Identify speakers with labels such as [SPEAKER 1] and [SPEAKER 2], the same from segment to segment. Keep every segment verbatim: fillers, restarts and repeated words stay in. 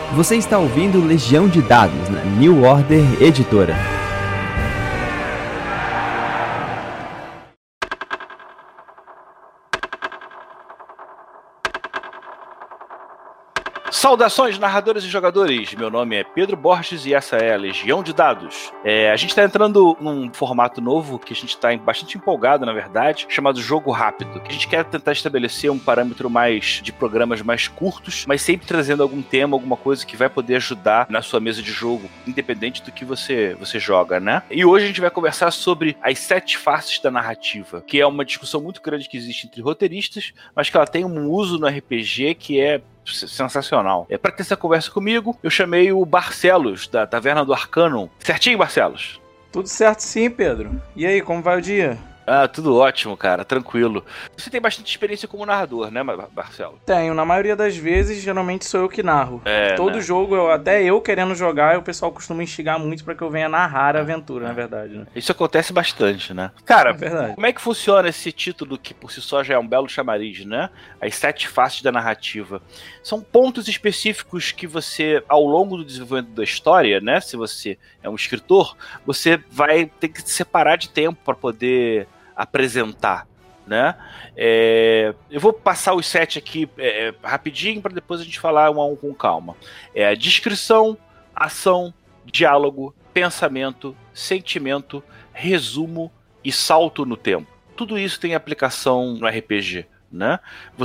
[SPEAKER 1] Você está ouvindo Legião de Dados, na New Order Editora.
[SPEAKER 2] Saudações, narradores e jogadores! Meu nome é Pedro Borges e essa é a Legião de Dados. É, a gente está entrando num formato novo que a gente está bastante empolgado, na verdade, chamado Jogo Rápido. A gente quer tentar estabelecer um parâmetro mais de programas mais curtos, mas sempre trazendo algum tema, alguma coisa que vai poder ajudar na sua mesa de jogo, independente do que você, você joga, né? E hoje a gente vai conversar sobre as sete faces da narrativa, que é uma discussão muito grande que existe entre roteiristas, mas que ela tem um uso no R P G que é sensacional. É, para ter essa conversa comigo, eu chamei o Barcelos, da Taverna do Arcanum. Certinho, Barcelos?
[SPEAKER 3] Tudo certo sim, Pedro. E aí, como vai o dia?
[SPEAKER 2] Ah, tudo ótimo, cara, tranquilo. Você tem bastante experiência como narrador, né, Marcelo?
[SPEAKER 3] Tenho, na maioria das vezes, geralmente sou eu que narro.
[SPEAKER 2] É,
[SPEAKER 3] Todo
[SPEAKER 2] né?
[SPEAKER 3] jogo, eu, até eu querendo jogar, o pessoal costuma instigar muito pra que eu venha narrar a aventura, na verdade, né?
[SPEAKER 2] Isso acontece bastante, né? Cara,
[SPEAKER 3] É verdade.
[SPEAKER 2] como é que funciona esse título que por si só já é um belo chamariz, né? As sete faces da narrativa. São pontos específicos que você, ao longo do desenvolvimento da história, né? Se você é um escritor, você vai ter que se separar de tempo para poder apresentar, né? É, eu vou passar os sete aqui é, rapidinho para depois a gente falar um a um com calma. É a descrição, ação, diálogo, pensamento, sentimento, resumo e salto no tempo. Tudo isso tem aplicação no R P G, né?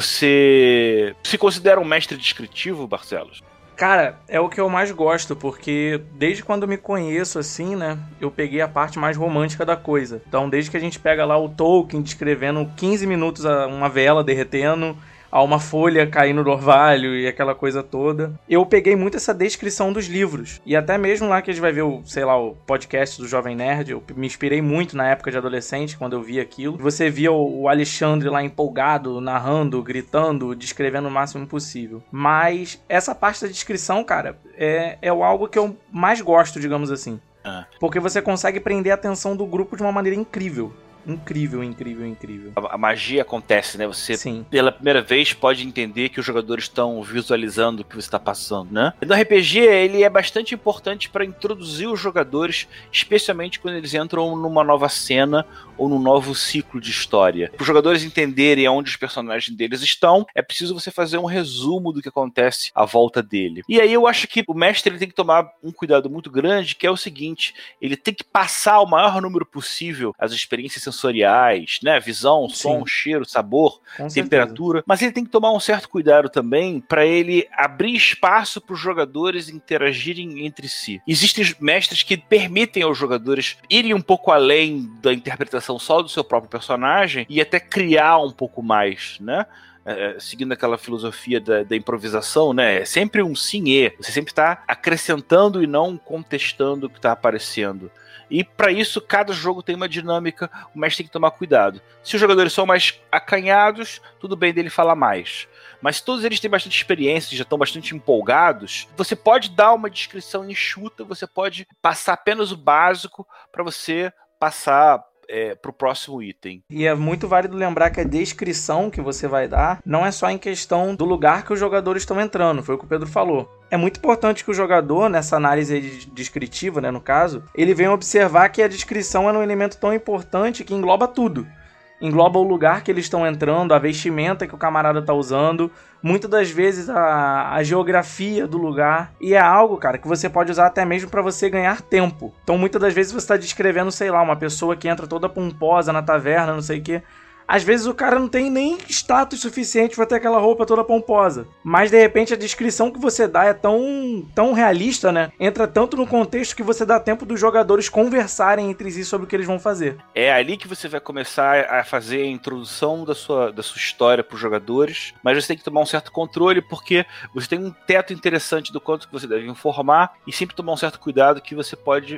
[SPEAKER 2] Você se considera um mestre descritivo, Barcelos?
[SPEAKER 3] Cara, é o que eu mais gosto, porque desde quando eu me conheço assim, né, eu peguei a parte mais romântica da coisa. Então, desde que a gente pega lá o Tolkien descrevendo quinze minutos a uma vela derretendo, a uma folha caindo do orvalho e aquela coisa toda, eu peguei muito essa descrição dos livros. E até mesmo lá que a gente vai ver o, sei lá, o podcast do Jovem Nerd, eu me inspirei muito na época de adolescente, quando eu vi aquilo. Você via o Alexandre lá empolgado, narrando, gritando, descrevendo o máximo possível. Mas essa parte da descrição, cara, é, é algo que eu mais gosto, digamos assim.
[SPEAKER 2] Ah.
[SPEAKER 3] Porque você consegue prender a atenção do grupo de uma maneira incrível. Incrível, incrível, incrível.
[SPEAKER 2] A, a magia acontece, né? Você,
[SPEAKER 3] Sim.
[SPEAKER 2] pela primeira vez, pode entender que os jogadores estão visualizando o que você está passando, né? No R P G, ele é bastante importante para introduzir os jogadores, especialmente quando eles entram numa nova cena ou num novo ciclo de história. Para os jogadores entenderem aonde os personagens deles estão, é preciso você fazer um resumo do que acontece à volta dele. E aí eu acho que o mestre ele tem que tomar um cuidado muito grande, que é o seguinte, ele tem que passar o maior número possível as experiências sensoriais, né? Visão, som,
[SPEAKER 3] Sim.
[SPEAKER 2] cheiro, sabor,
[SPEAKER 3] Com
[SPEAKER 2] temperatura. Mas ele tem que tomar um certo cuidado também para ele abrir espaço para os jogadores interagirem entre si. Existem mestres que permitem aos jogadores irem um pouco além da interpretação só do seu próprio personagem e até criar um pouco mais, né? É, seguindo aquela filosofia da, da improvisação, né? É sempre um sim-e. Você sempre está acrescentando e não contestando o que está aparecendo. E para isso, cada jogo tem uma dinâmica, o mestre tem que tomar cuidado. Se os jogadores são mais acanhados, tudo bem dele falar mais. Mas se todos eles têm bastante experiência e já estão bastante empolgados, você pode dar uma descrição enxuta, você pode passar apenas o básico para você passar É, pro próximo item.
[SPEAKER 3] E é muito válido lembrar que a descrição que você vai dar não é só em questão do lugar que os jogadores estão entrando, foi o que o Pedro falou. É muito importante que o jogador, nessa análise descritiva, né, no caso, ele venha observar que a descrição é um elemento tão importante que engloba tudo. Engloba o lugar que eles estão entrando, a vestimenta que o camarada tá usando, muitas das vezes a, a geografia do lugar. E é algo, cara, que você pode usar até mesmo para você ganhar tempo. Então muitas das vezes você tá descrevendo, sei lá, uma pessoa que entra toda pomposa na taverna, não sei o quê. Às vezes o cara não tem nem status suficiente pra ter aquela roupa toda pomposa. Mas, de repente, a descrição que você dá é tão, tão realista, né? Entra tanto no contexto que você dá tempo dos jogadores conversarem entre si sobre o que eles vão fazer.
[SPEAKER 2] É ali que você vai começar a fazer a introdução da sua, da sua história pros jogadores. Mas você tem que tomar um certo controle, porque você tem um teto interessante do quanto que você deve informar. E sempre tomar um certo cuidado que você pode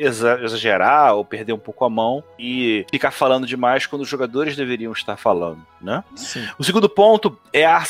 [SPEAKER 2] exagerar ou perder um pouco a mão. E ficar falando demais quando os jogadores devem deveriam estar falando, né?
[SPEAKER 3] Sim.
[SPEAKER 2] O segundo ponto é a ação.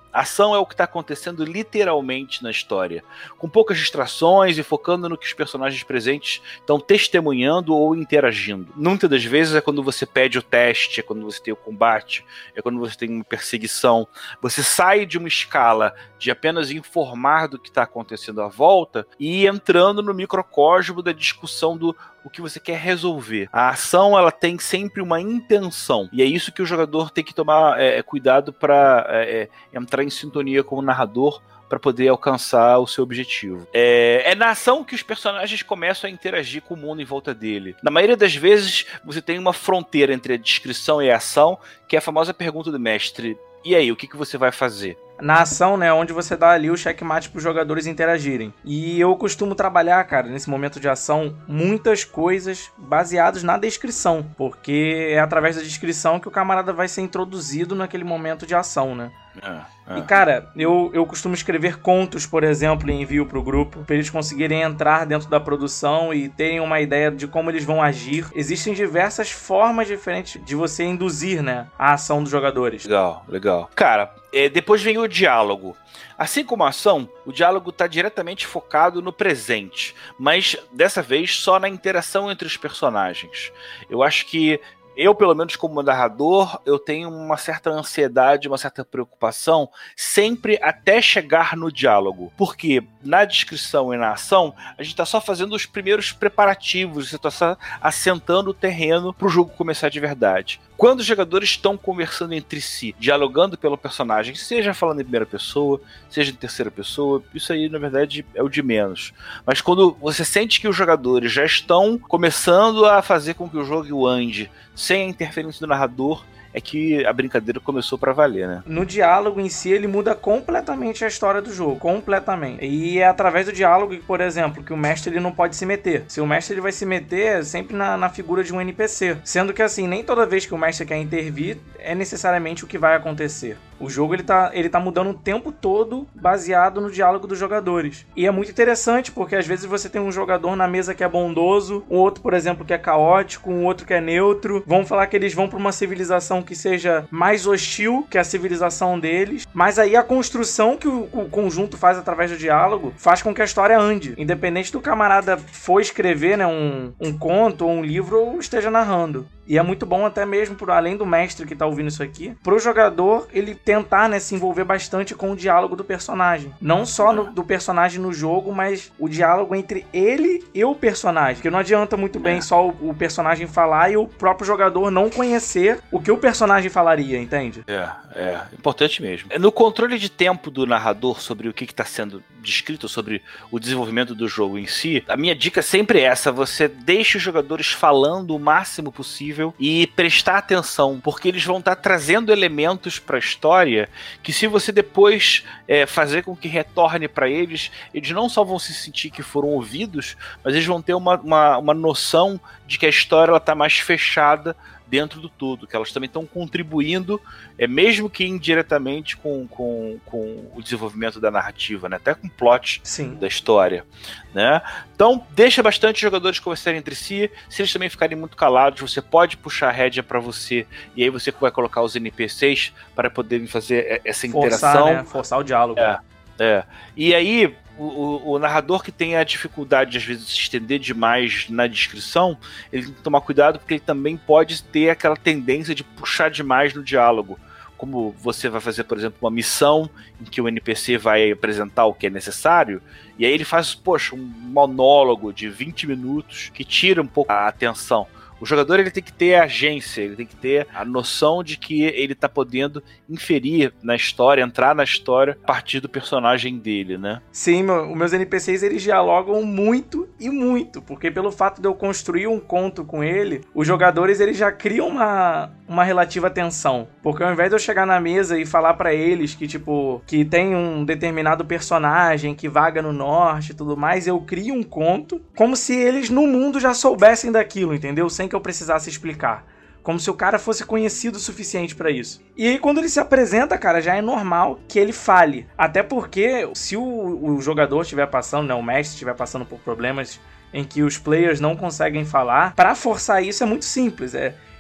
[SPEAKER 2] A ação é o que está acontecendo literalmente na história, com poucas distrações e focando no que os personagens presentes estão testemunhando ou interagindo. Muitas das vezes é quando você pede o teste, é quando você tem o combate, é quando você tem uma perseguição. Você sai de uma escala de apenas informar do que está acontecendo à volta e ir entrando no microcosmo da discussão do o que você quer resolver. A ação, ela tem sempre uma intenção, e é isso que o jogador tem que tomar é, cuidado para é, entrar em sintonia com o narrador para poder alcançar o seu objetivo. É, é na ação que os personagens começam a interagir com o mundo em volta dele. Na maioria das vezes, você tem uma fronteira entre a descrição e a ação, que é a famosa pergunta do mestre: e aí, o que, que você vai fazer?
[SPEAKER 3] Na ação, né, onde você dá ali o checkmate para os jogadores interagirem. E eu costumo trabalhar, cara, nesse momento de ação, muitas coisas baseadas na descrição, porque é através da descrição que o camarada vai ser introduzido naquele momento de ação, né? É, é. E, cara, eu, eu costumo escrever contos, por exemplo, e envio pro grupo, para eles conseguirem entrar dentro da produção e terem uma ideia de como eles vão agir. Existem diversas formas diferentes de você induzir, né, a ação dos jogadores.
[SPEAKER 2] Legal, legal. Cara, é, depois vem o diálogo. Assim como a ação, o diálogo está diretamente focado no presente, mas dessa vez só na interação entre os personagens. Eu acho que eu, pelo menos como narrador, eu tenho uma certa ansiedade, uma certa preocupação, sempre até chegar no diálogo. Porque na descrição e na ação, a gente está só fazendo os primeiros preparativos, você está só assentando o terreno para o jogo começar de verdade. Quando os jogadores estão conversando entre si, dialogando pelo personagem, seja falando em primeira pessoa, seja em terceira pessoa, isso aí, na verdade, é o de menos. Mas quando você sente que os jogadores já estão começando a fazer com que o jogo ande sem a interferência do narrador, é que a brincadeira começou pra valer, né?
[SPEAKER 3] No diálogo em si, ele muda completamente a história do jogo. Completamente. E é através do diálogo, por exemplo, que o mestre ele não pode se meter. Se o mestre ele vai se meter, é sempre na, na figura de um N P C. Sendo que, assim, nem toda vez que o mestre quer intervir, é necessariamente o que vai acontecer. O jogo, ele tá, ele tá mudando o tempo todo baseado no diálogo dos jogadores. E é muito interessante, porque às vezes você tem um jogador na mesa que é bondoso, um outro, por exemplo, que é caótico, um outro que é neutro. Vamos falar que eles vão pra uma civilização que seja mais hostil que a civilização deles, mas aí a construção que o, o conjunto faz através do diálogo faz com que a história ande, independente do camarada for escrever, né, um, um conto ou um livro ou esteja narrando. E é muito bom até mesmo, por além do mestre que tá ouvindo isso aqui, pro jogador ele tentar, né, se envolver bastante com o diálogo do personagem. Não só no, do personagem no jogo, mas o diálogo entre ele e o personagem. Porque não adianta muito bem só o, o personagem falar e o próprio jogador não conhecer o que o personagem falaria, entende?
[SPEAKER 2] É, é. Importante mesmo. No controle de tempo do narrador sobre o que está sendo descrito, sobre o desenvolvimento do jogo em si, a minha dica sempre é essa: você deixa os jogadores falando o máximo possível e prestar atenção, porque eles vão estar trazendo elementos para a história que, se você depois é, fazer com que retorne para eles, eles não só vão se sentir que foram ouvidos, mas eles vão ter uma, uma, uma noção de que a história está mais fechada dentro do todo, que elas também estão contribuindo, é, mesmo que indiretamente com, com, com o desenvolvimento da narrativa, né? Até com o plot
[SPEAKER 3] Sim.
[SPEAKER 2] da história, né? Então, deixa bastante os jogadores conversarem entre si. Se eles também ficarem muito calados, você pode puxar a rédea para você, e aí você vai colocar os N P Cs para poderem fazer essa
[SPEAKER 3] Forçar,
[SPEAKER 2] interação.
[SPEAKER 3] né? Forçar o diálogo.
[SPEAKER 2] É, é. E aí, O, o, o narrador que tem a dificuldade, às vezes, de se estender demais na descrição, ele tem que tomar cuidado, porque ele também pode ter aquela tendência de puxar demais no diálogo. Como você vai fazer, por exemplo, uma missão em que o N P C vai apresentar o que é necessário, e aí ele faz, poxa, um monólogo de vinte minutos que tira um pouco a atenção. O jogador ele tem que ter agência, ele tem que ter a noção de que ele está podendo inferir na história, entrar na história a partir do personagem dele, né?
[SPEAKER 3] Sim, meu, os meus N P Cs eles dialogam muito e muito, porque pelo fato de eu construir um conto com ele, os jogadores eles já criam uma, uma relativa tensão. Porque ao invés de eu chegar na mesa e falar pra eles que, tipo, que tem um determinado personagem que vaga no norte e tudo mais, eu crio um conto como se eles no mundo já soubessem daquilo, entendeu? Sem que eu precisasse explicar. Como se o cara fosse conhecido o suficiente pra isso. E aí quando ele se apresenta, cara, já é normal que ele fale. Até porque se o, o jogador estiver passando, né, o mestre estiver passando por problemas em que os players não conseguem falar, pra forçar isso é muito simples. É,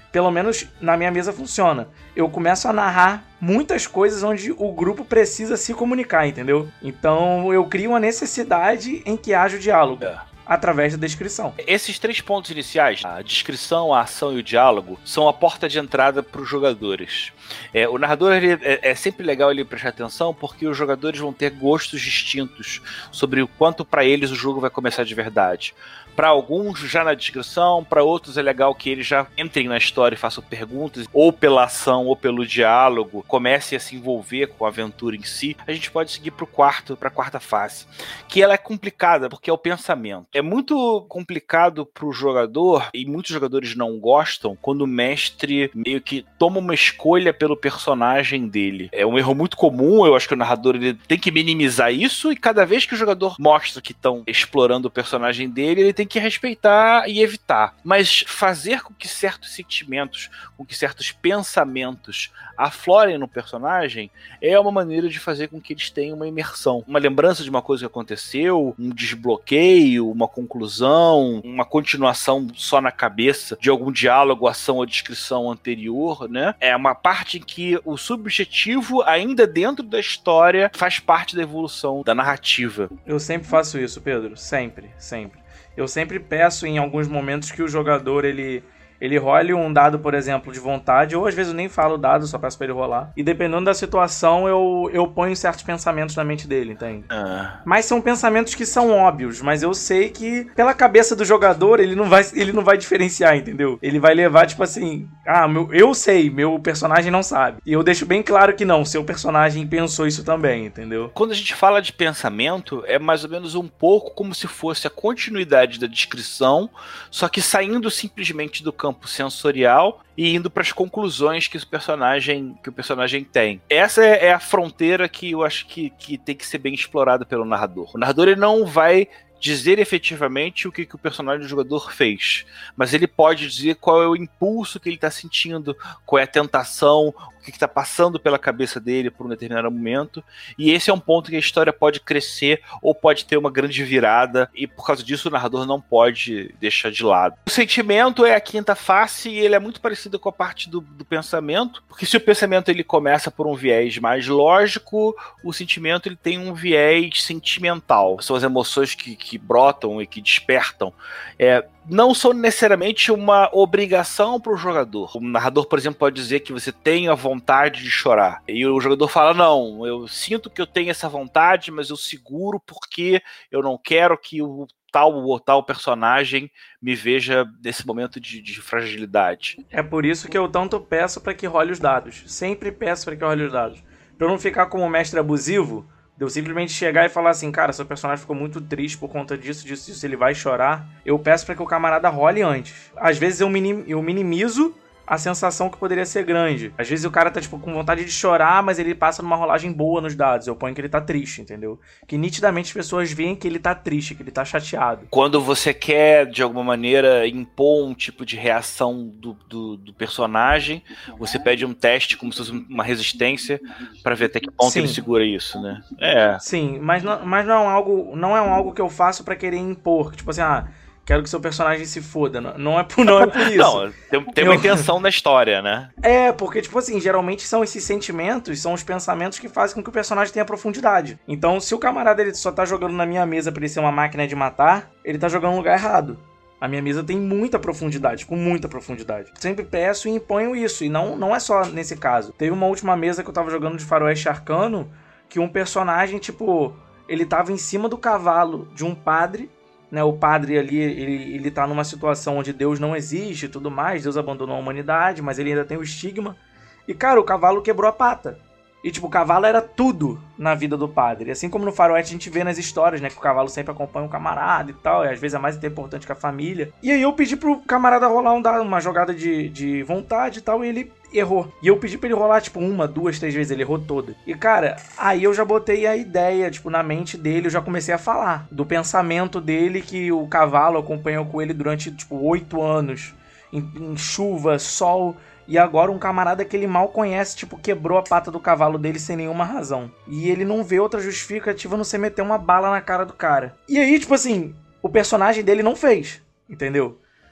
[SPEAKER 3] pelo menos na minha mesa funciona. Eu começo a narrar muitas coisas onde o grupo precisa se comunicar, entendeu? Então eu crio uma necessidade em que haja o diálogo.
[SPEAKER 2] É.
[SPEAKER 3] Através da descrição.
[SPEAKER 2] Esses três pontos iniciais, a descrição, a ação e o diálogo, são a porta de entrada para os jogadores. É, o narrador ele, é, é sempre legal ele prestar atenção, porque os jogadores vão ter gostos distintos sobre o quanto para eles o jogo vai começar de verdade. Para alguns já na descrição, para outros é legal que eles já entrem na história e façam perguntas, ou pela ação ou pelo diálogo, comecem a se envolver com a aventura em si. A gente pode seguir para o quarto, para a quarta fase, que ela é complicada porque é o pensamento. É muito complicado para o jogador, e muitos jogadores não gostam, quando o mestre meio que toma uma escolha pelo personagem dele. É um erro muito comum, eu acho que o narrador ele tem que minimizar isso, e cada vez que o jogador mostra que estão explorando o personagem dele, ele tem que respeitar e evitar. Mas fazer com que certos sentimentos, com que certos pensamentos aflorem no personagem é uma maneira de fazer com que eles tenham uma imersão. Uma lembrança de uma coisa que aconteceu, um desbloqueio, uma conclusão, uma continuação só na cabeça de algum diálogo, ação ou descrição anterior, né? É uma parte em que o subjetivo, ainda dentro da história, faz parte da evolução da narrativa.
[SPEAKER 3] Eu sempre faço isso, Pedro. Sempre, sempre. Eu sempre peço em alguns momentos que o jogador, ele, ele role um dado, por exemplo, de vontade, ou às vezes eu nem falo o dado, só peço pra ele rolar. E dependendo da situação, eu, eu ponho certos pensamentos na mente dele, entende?
[SPEAKER 2] Ah.
[SPEAKER 3] Mas são pensamentos que são óbvios, mas eu sei que pela cabeça do jogador, ele não vai, ele não vai diferenciar, entendeu? Ele vai levar, tipo assim, ah, meu, eu sei, meu personagem não sabe. E eu deixo bem claro que não, seu personagem pensou isso também, entendeu?
[SPEAKER 2] Quando a gente fala de pensamento, é mais ou menos um pouco como se fosse a continuidade da descrição, só que saindo simplesmente do campo sensorial e indo para as conclusões que o personagem que o personagem tem. Essa é, é a fronteira que eu acho que, que tem que ser bem explorada pelo narrador. O narrador ele não vai dizer efetivamente o que, que o personagem do jogador fez, mas ele pode dizer qual é o impulso que ele está sentindo, qual é a tentação, o que está passando pela cabeça dele por um determinado momento, e esse é um ponto que a história pode crescer ou pode ter uma grande virada, e por causa disso o narrador não pode deixar de lado. O sentimento é a quinta face, e ele é muito parecido com a parte do, do pensamento, porque se o pensamento ele começa por um viés mais lógico, o sentimento ele tem um viés sentimental. São as emoções que, que brotam e que despertam. É, não são necessariamente uma obrigação para o jogador. O narrador, por exemplo, pode dizer que você tem a vontade de chorar. E o jogador fala, não, eu sinto que eu tenho essa vontade, mas eu seguro porque eu não quero que o tal ou tal personagem me veja nesse momento de, de fragilidade.
[SPEAKER 3] É por isso que eu tanto peço para que role os dados. Sempre peço para que role os dados. Para eu não ficar como mestre abusivo, de eu simplesmente chegar e falar assim, cara, seu personagem ficou muito triste por conta disso, disso, disso, ele vai chorar. Eu peço para que o camarada role antes. Às vezes eu, minim, eu minimizo a sensação que poderia ser grande. Às vezes o cara tá, tipo, com vontade de chorar, mas ele passa numa rolagem boa nos dados. Eu ponho que ele tá triste, entendeu? Que nitidamente as pessoas veem que ele tá triste, que ele tá chateado.
[SPEAKER 2] Quando você quer, de alguma maneira, impor um tipo de reação do, do, do personagem, você pede um teste, como se fosse uma resistência, pra ver até que ponto
[SPEAKER 3] Sim.
[SPEAKER 2] ele segura isso, né? É.
[SPEAKER 3] Sim, mas não, mas não é um algo, não é um algo que eu faço pra querer impor. Tipo assim, ah... quero que seu personagem se foda. Não, não, é, por, não é por isso.
[SPEAKER 2] Não, tem, tem uma
[SPEAKER 3] Eu...
[SPEAKER 2] intenção na história, né?
[SPEAKER 3] É, porque, tipo assim, geralmente são esses sentimentos, são os pensamentos que fazem com que o personagem tenha profundidade. Então, se o camarada ele só tá jogando na minha mesa pra ele ser uma máquina de matar, ele tá jogando no lugar errado. A minha mesa tem muita profundidade, com muita profundidade. Sempre peço e imponho isso, e não, não é só nesse caso. Teve uma última mesa que eu tava jogando de Faroeste Arcano, que um personagem, tipo, ele tava em cima do cavalo de um padre, né, o padre ali, ele, ele tá numa situação onde Deus não existe e tudo mais, Deus abandonou a humanidade, mas ele ainda tem o estigma. E, cara, o cavalo quebrou a pata. E, tipo, o cavalo era tudo na vida do padre. Assim como no Faroeste a gente vê nas histórias, né, que o cavalo sempre acompanha o camarada e tal, e às vezes é mais importante que a família. E aí eu pedi pro camarada rolar um dado, uma jogada de, de vontade e tal, e ele errou. E eu pedi pra ele rolar, tipo, uma, duas, três vezes, ele errou toda. E, cara, aí eu já botei a ideia, tipo, na mente dele, eu já comecei a falar do pensamento dele que o cavalo acompanhou com ele durante, tipo, oito anos, em, em chuva, sol... E agora um camarada que ele mal conhece, tipo, quebrou a pata do cavalo dele sem nenhuma razão. E ele não vê outra justificativa não ser meter uma bala na cara do cara. E aí, tipo assim, o personagem dele não fez, entendeu?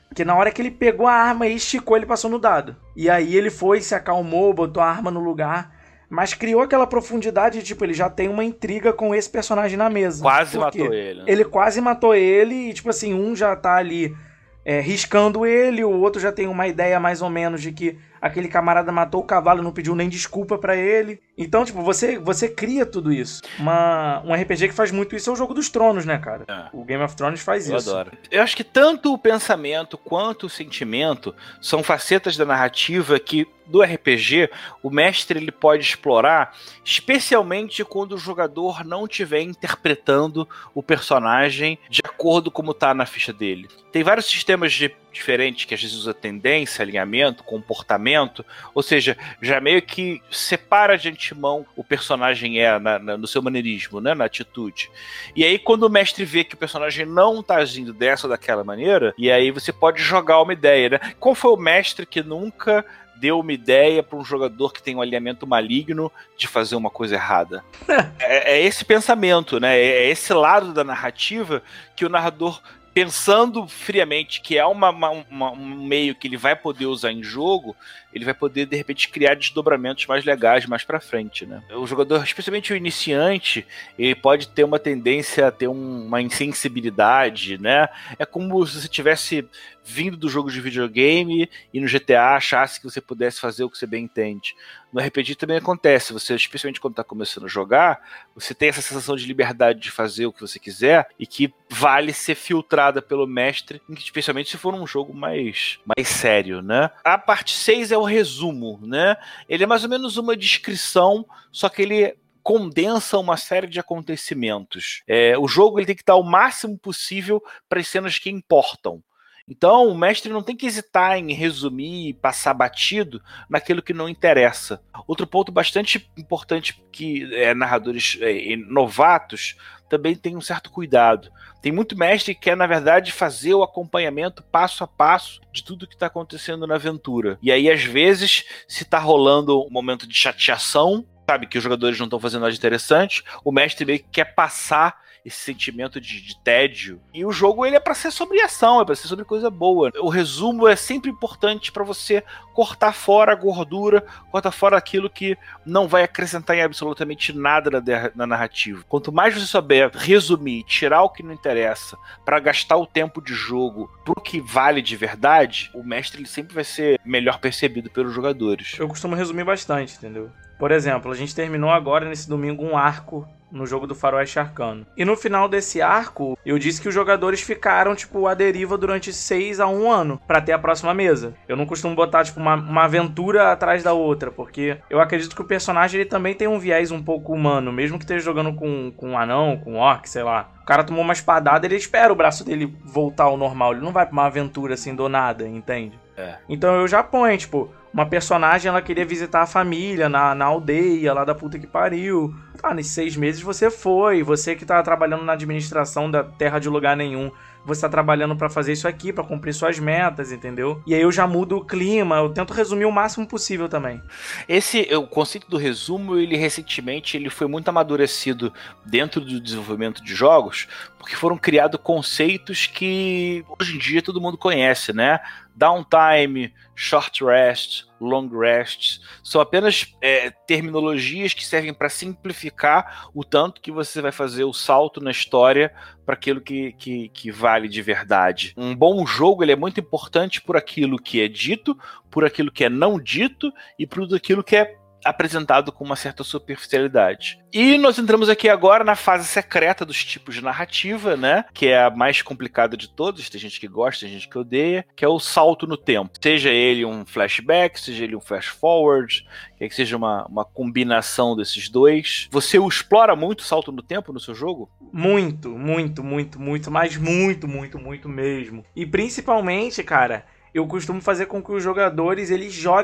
[SPEAKER 3] que na hora que ele pegou a arma e esticou, ele passou no dado. E aí ele foi, se acalmou, botou a arma no lugar, mas criou aquela profundidade, tipo, ele já tem uma intriga com esse personagem na mesa.
[SPEAKER 2] Quase matou ele.
[SPEAKER 3] Ele quase matou ele e, tipo assim, um já tá ali é, riscando ele, o outro já tem uma ideia mais ou menos de que aquele camarada matou o cavalo e não pediu nem desculpa pra ele. Então, tipo, você, você cria tudo isso. Uma, um R P G que faz muito isso é o Jogo dos Tronos, né, cara? É. O Game of Thrones faz
[SPEAKER 2] Eu
[SPEAKER 3] isso.
[SPEAKER 2] Eu adoro. Eu acho que tanto o pensamento quanto o sentimento são facetas da narrativa que, do R P G, o mestre ele pode explorar, especialmente quando o jogador não estiver interpretando o personagem de acordo como tá na ficha dele. Tem vários sistemas de, diferentes que às vezes usa tendência, alinhamento, comportamento, ou seja, já meio que separa de antemão o personagem é na, na, no seu maneirismo, né, na atitude. E aí quando o mestre vê que o personagem não tá agindo dessa ou daquela maneira, e aí você pode jogar uma ideia, né? Qual foi o mestre que nunca deu uma ideia para um jogador que tem um alinhamento maligno de fazer uma coisa errada? é, é esse pensamento, né? É esse lado da narrativa que o narrador, pensando friamente que é uma, uma, uma, um meio que ele vai poder usar em jogo, ele vai poder, de repente, criar desdobramentos mais legais mais pra frente, né? O jogador, especialmente o iniciante, ele pode ter uma tendência a ter um, uma insensibilidade, né? É como se você tivesse vindo do jogo de videogame e no G T A achasse que você pudesse fazer o que você bem entende. No R P G também acontece, você, especialmente quando está começando a jogar, você tem essa sensação de liberdade de fazer o que você quiser e que vale ser filtrada pelo mestre, especialmente se for um jogo mais, mais sério, né? A parte seis é o resumo, né? Ele é mais ou menos uma descrição, só que ele condensa uma série de acontecimentos. É, o jogo ele tem que estar o máximo possível para as cenas que importam. Então, o mestre não tem que hesitar em resumir e passar batido naquilo que não interessa. Outro ponto bastante importante que é, narradores é, novatos também tem um certo cuidado. Tem muito mestre que quer, na verdade, fazer o acompanhamento passo a passo de tudo que está acontecendo na aventura. E aí, às vezes, se está rolando um momento de chateação, sabe, que os jogadores não estão fazendo nada de interessante, o mestre meio que quer passar esse sentimento de, de tédio. E o jogo ele é para ser sobre ação, é para ser sobre coisa boa. O resumo é sempre importante para você cortar fora a gordura, cortar fora aquilo que não vai acrescentar em absolutamente nada na, na narrativa. Quanto mais você souber resumir, tirar o que não interessa, para gastar o tempo de jogo pro que vale de verdade, o mestre ele sempre vai ser melhor percebido pelos jogadores.
[SPEAKER 3] Eu costumo resumir bastante, entendeu? Por exemplo, a gente terminou agora, nesse domingo, um arco no jogo do Faroeste Arcano. E no final desse arco, eu disse que os jogadores ficaram, tipo, à deriva durante seis a um ano pra ter a próxima mesa. Eu não costumo botar, tipo, uma, uma aventura atrás da outra, porque eu acredito que o personagem, ele também tem um viés um pouco humano, mesmo que esteja jogando com, com um anão, com um orc, sei lá. O cara tomou uma espadada, ele espera o braço dele voltar ao normal, ele não vai pra uma aventura assim do nada, entende? É. Então eu já ponho, tipo, uma personagem, ela queria visitar a família na, na aldeia lá da puta que pariu. Ah, nesses seis meses você foi, você que tá trabalhando na administração da terra de lugar nenhum, você tá trabalhando pra fazer isso aqui, pra cumprir suas metas, entendeu? E aí eu já mudo o clima, eu tento resumir o máximo possível também.
[SPEAKER 2] Esse, o conceito do resumo, ele recentemente ele foi muito amadurecido dentro do desenvolvimento de jogos, porque foram criados conceitos que hoje em dia todo mundo conhece, né? Downtime, short rest, long rest, são apenas é, terminologias que servem para simplificar o tanto que você vai fazer o salto na história para aquilo que, que, que vale de verdade. Um bom jogo ele é muito importante por aquilo que é dito, por aquilo que é não dito e por aquilo que é apresentado com uma certa superficialidade. E nós entramos aqui agora na fase secreta dos tipos de narrativa, né? Que é a mais complicada de todos. Tem gente que gosta, tem gente que odeia, que é o salto no tempo. Seja ele um flashback, seja ele um flash forward, que seja uma, uma combinação desses dois. Você o explora muito o salto no tempo no seu jogo?
[SPEAKER 3] Muito, muito, muito, muito, mas muito, muito, muito mesmo. E principalmente, cara, eu costumo fazer com que os jogadores eles joguem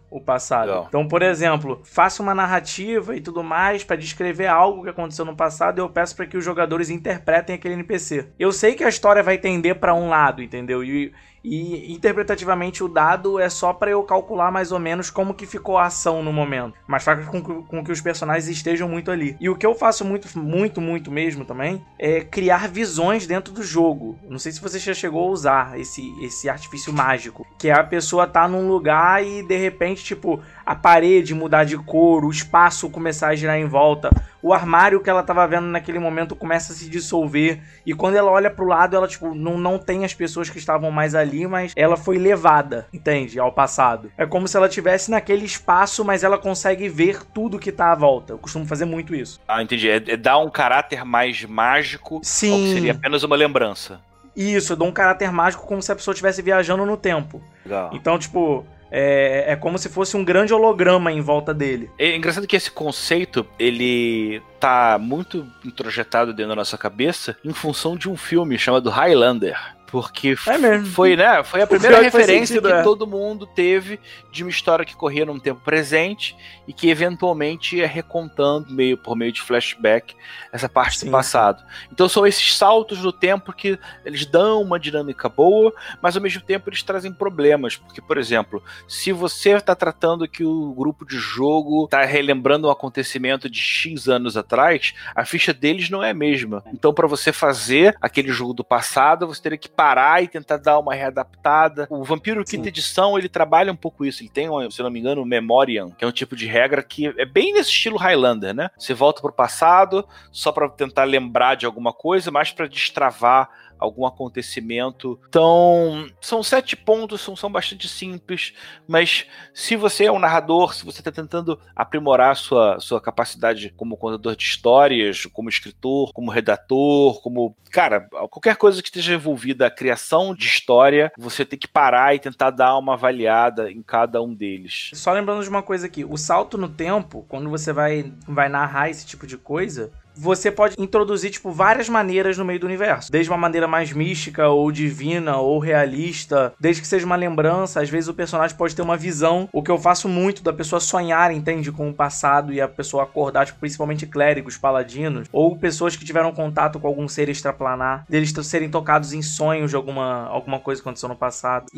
[SPEAKER 3] o passado.
[SPEAKER 2] Legal.
[SPEAKER 3] Então, por exemplo, faça uma narrativa e tudo mais pra descrever algo que aconteceu no passado e eu peço pra que os jogadores interpretem aquele N P C. Eu sei que a história vai tender pra um lado, entendeu? E, e interpretativamente o dado é só pra eu calcular mais ou menos como que ficou a ação no momento. Mas faz com que, com que os personagens estejam muito ali. E o que eu faço muito, muito, muito mesmo também é criar visões dentro do jogo. Não sei se você já chegou a usar esse, esse artifício mágico, que é a pessoa tá num lugar e de repente, tipo, a parede mudar de cor, o espaço começar a girar em volta, o armário que ela tava vendo naquele momento começa a se dissolver, e quando ela olha pro lado, ela, tipo, não, não tem as pessoas que estavam mais ali, mas ela foi levada, entende? Ao passado. É como se ela estivesse naquele espaço, mas ela consegue ver tudo que tá à volta. Eu costumo fazer muito isso.
[SPEAKER 2] Ah, entendi. É, é dar um caráter mais mágico,
[SPEAKER 3] Sim.
[SPEAKER 2] ao que seria apenas uma lembrança.
[SPEAKER 3] Isso, eu dou um caráter mágico como se a pessoa estivesse viajando no tempo.
[SPEAKER 2] Legal.
[SPEAKER 3] Então, tipo... É, é como se fosse um grande holograma em volta dele.
[SPEAKER 2] É engraçado que esse conceito, ele tá muito introjetado dentro da nossa cabeça em função de um filme chamado Highlander. Porque
[SPEAKER 3] é mesmo.
[SPEAKER 2] foi, né, foi a primeira referência
[SPEAKER 3] sentido,
[SPEAKER 2] que
[SPEAKER 3] é.
[SPEAKER 2] todo mundo teve de uma história que corria num tempo presente e que eventualmente ia recontando meio, por meio de flashback essa parte Sim. do passado. Então são esses saltos no tempo que eles dão uma dinâmica boa, mas ao mesmo tempo eles trazem problemas. Porque, por exemplo, se você está tratando que o grupo de jogo está relembrando um acontecimento de X anos atrás, a ficha deles não é a mesma. Então, para você fazer aquele jogo do passado, você teria que parar e tentar dar uma readaptada. O Vampiro Sim. Quinta Edição, ele trabalha um pouco isso. Ele tem, se eu não me engano, o Memoriam, que é um tipo de regra que é bem nesse estilo Highlander, né? Você volta pro passado só para tentar lembrar de alguma coisa, mas para destravar algum acontecimento. Então, são sete pontos, são, são bastante simples, mas se você é um narrador, se você está tentando aprimorar sua, sua capacidade como contador de histórias, como escritor, como redator, como... Cara, qualquer coisa que esteja envolvida a criação de história, você tem que parar e tentar dar uma avaliada em cada um deles.
[SPEAKER 3] Só lembrando de uma coisa aqui, o salto no tempo, quando você vai, vai narrar esse tipo de coisa, você pode introduzir, tipo, várias maneiras no meio do universo. Desde uma maneira mais mística, ou divina, ou realista. Desde que seja uma lembrança. Às vezes o personagem pode ter uma visão. O que eu faço muito da pessoa sonhar, entende? Com o passado e a pessoa acordar, tipo, principalmente clérigos, paladinos. Ou pessoas que tiveram contato com algum ser extraplanar. Deles serem tocados em sonhos de alguma, alguma coisa que aconteceu no passado.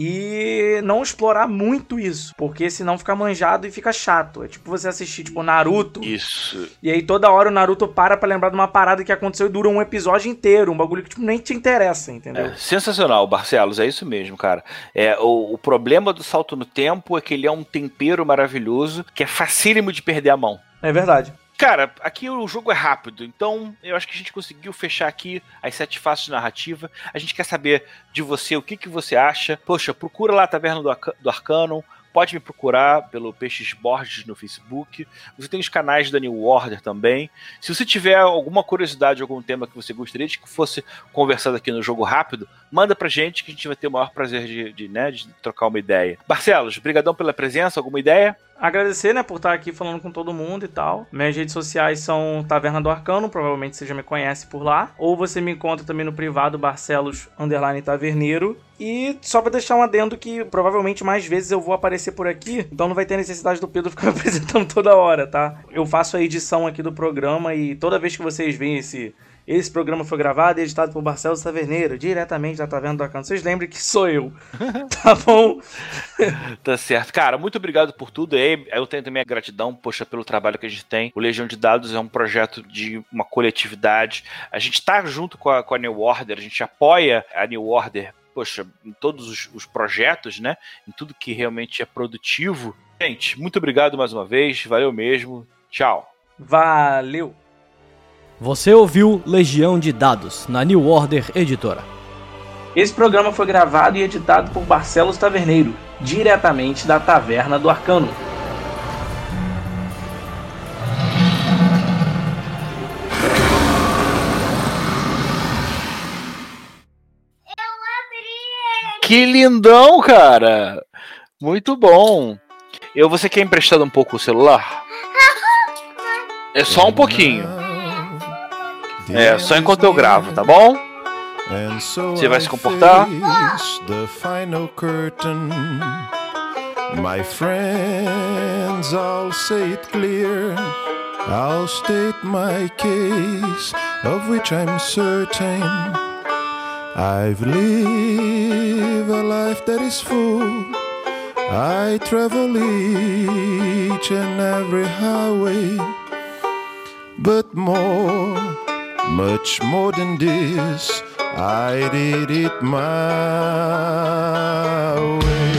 [SPEAKER 3] E não explorar muito isso. Porque senão fica manjado e fica chato. É tipo você assistir, tipo, Naruto.
[SPEAKER 2] Isso.
[SPEAKER 3] E aí toda hora o Naruto para pra lembrar de uma parada que aconteceu e dura um episódio inteiro, um bagulho que tipo, nem te interessa, entendeu?
[SPEAKER 2] É, sensacional, Barcelos, é isso mesmo, cara. É, o, o problema do salto no tempo é que ele é um tempero maravilhoso, que é facílimo de perder a mão.
[SPEAKER 3] É verdade.
[SPEAKER 2] Cara, aqui o jogo é rápido, então eu acho que a gente conseguiu fechar aqui as sete faces de narrativa. A gente quer saber de você, o que, que você acha. Poxa, procura lá a Taverna do, Arca- do Arcanum. Pode me procurar pelo Peixes Borges no Facebook. Você tem os canais da New Order também. Se você tiver alguma curiosidade, algum tema que você gostaria de que fosse conversado aqui no Jogo Rápido, manda pra gente que a gente vai ter o maior prazer de, de, né, de trocar uma ideia. Barcelos, brigadão pela presença. Alguma ideia?
[SPEAKER 3] Agradecer, né, por estar aqui falando com todo mundo e tal. Minhas redes sociais são Taverna do Arcano, provavelmente você já me conhece por lá. Ou você me encontra também no privado Barcelos underline Taverneiro. E só pra deixar um adendo que provavelmente mais vezes eu vou aparecer por aqui, então não vai ter necessidade do Pedro ficar me apresentando toda hora, tá? Eu faço a edição aqui do programa e toda vez que vocês veem esse... Esse programa foi gravado e editado por Barcelos Taverneiro, diretamente da Taverna do Arcano. Vocês lembrem que sou eu, tá bom?
[SPEAKER 2] Tá certo. Cara, muito obrigado por tudo. Eu tenho também a gratidão, poxa, pelo trabalho que a gente tem. O Legião de Dados é um projeto de uma coletividade. A gente tá junto com a, com a New Order, a gente apoia a New Order, poxa, em todos os, os projetos, né? Em tudo que realmente é produtivo. Gente, muito obrigado mais uma vez. Valeu mesmo. Tchau.
[SPEAKER 3] Valeu.
[SPEAKER 1] Você ouviu Legião de Dados, na New Order Editora.
[SPEAKER 3] Esse programa foi gravado e editado por Barcelos Taverneiro, diretamente da Taverna do Arcano.
[SPEAKER 2] Que lindão, cara! Muito bom. Eu, você quer emprestar um pouco o celular? É só um pouquinho. É, só enquanto eu gravo, tá bom? Você vai se comportar?
[SPEAKER 4] My friends all say it clear, I'll state my case, of which I'm certain. I've lived a life that is full, I travel each and every highway, but more, much more than this, I did it my way.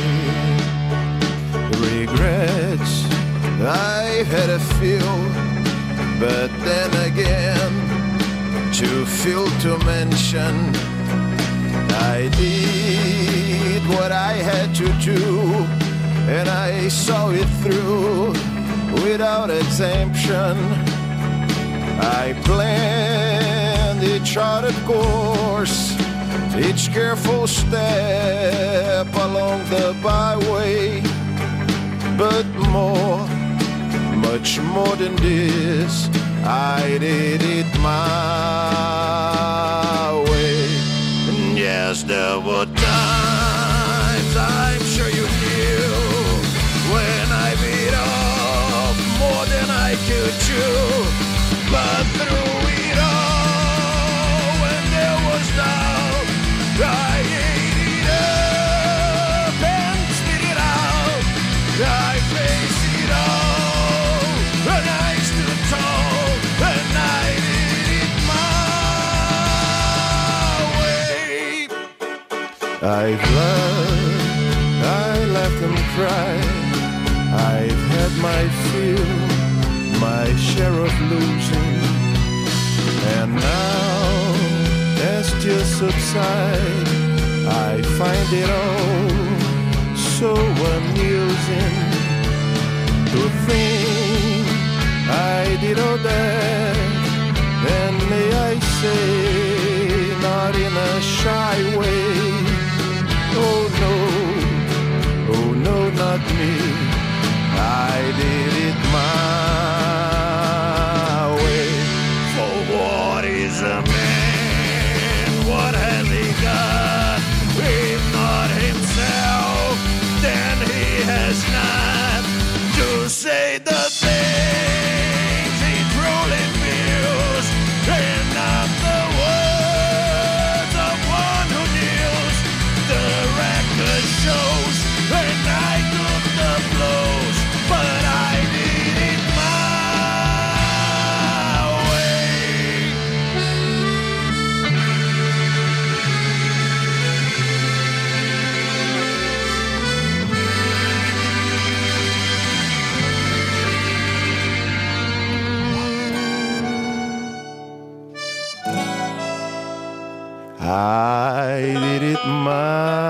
[SPEAKER 4] Regrets, I've had a few, but then again, too few to mention. I did what I had to do, and I saw it through without exemption. I planned each charted course, each careful step along the byway, but more, much more than this, I did it my way. And yes, there were times, I'm sure you knew, when I beat off more than I could chew. But through it all, when there was doubt, I ate it up and spit it out. I faced it all, and I stood tall, and I did it my way. I've loved, I laughed and cried, I've had my fill, my share of losing, and now as tears subside, I find it all so amusing to think I did all that, and may I say, not in a shy way, oh no, oh no, not me, I did it my way. For what is a man? What has he got? If not himself, then he has not to say the things he truly feels, and not the words of one who kneels. The record shows, and I took the blows, but I did it my way. I did it my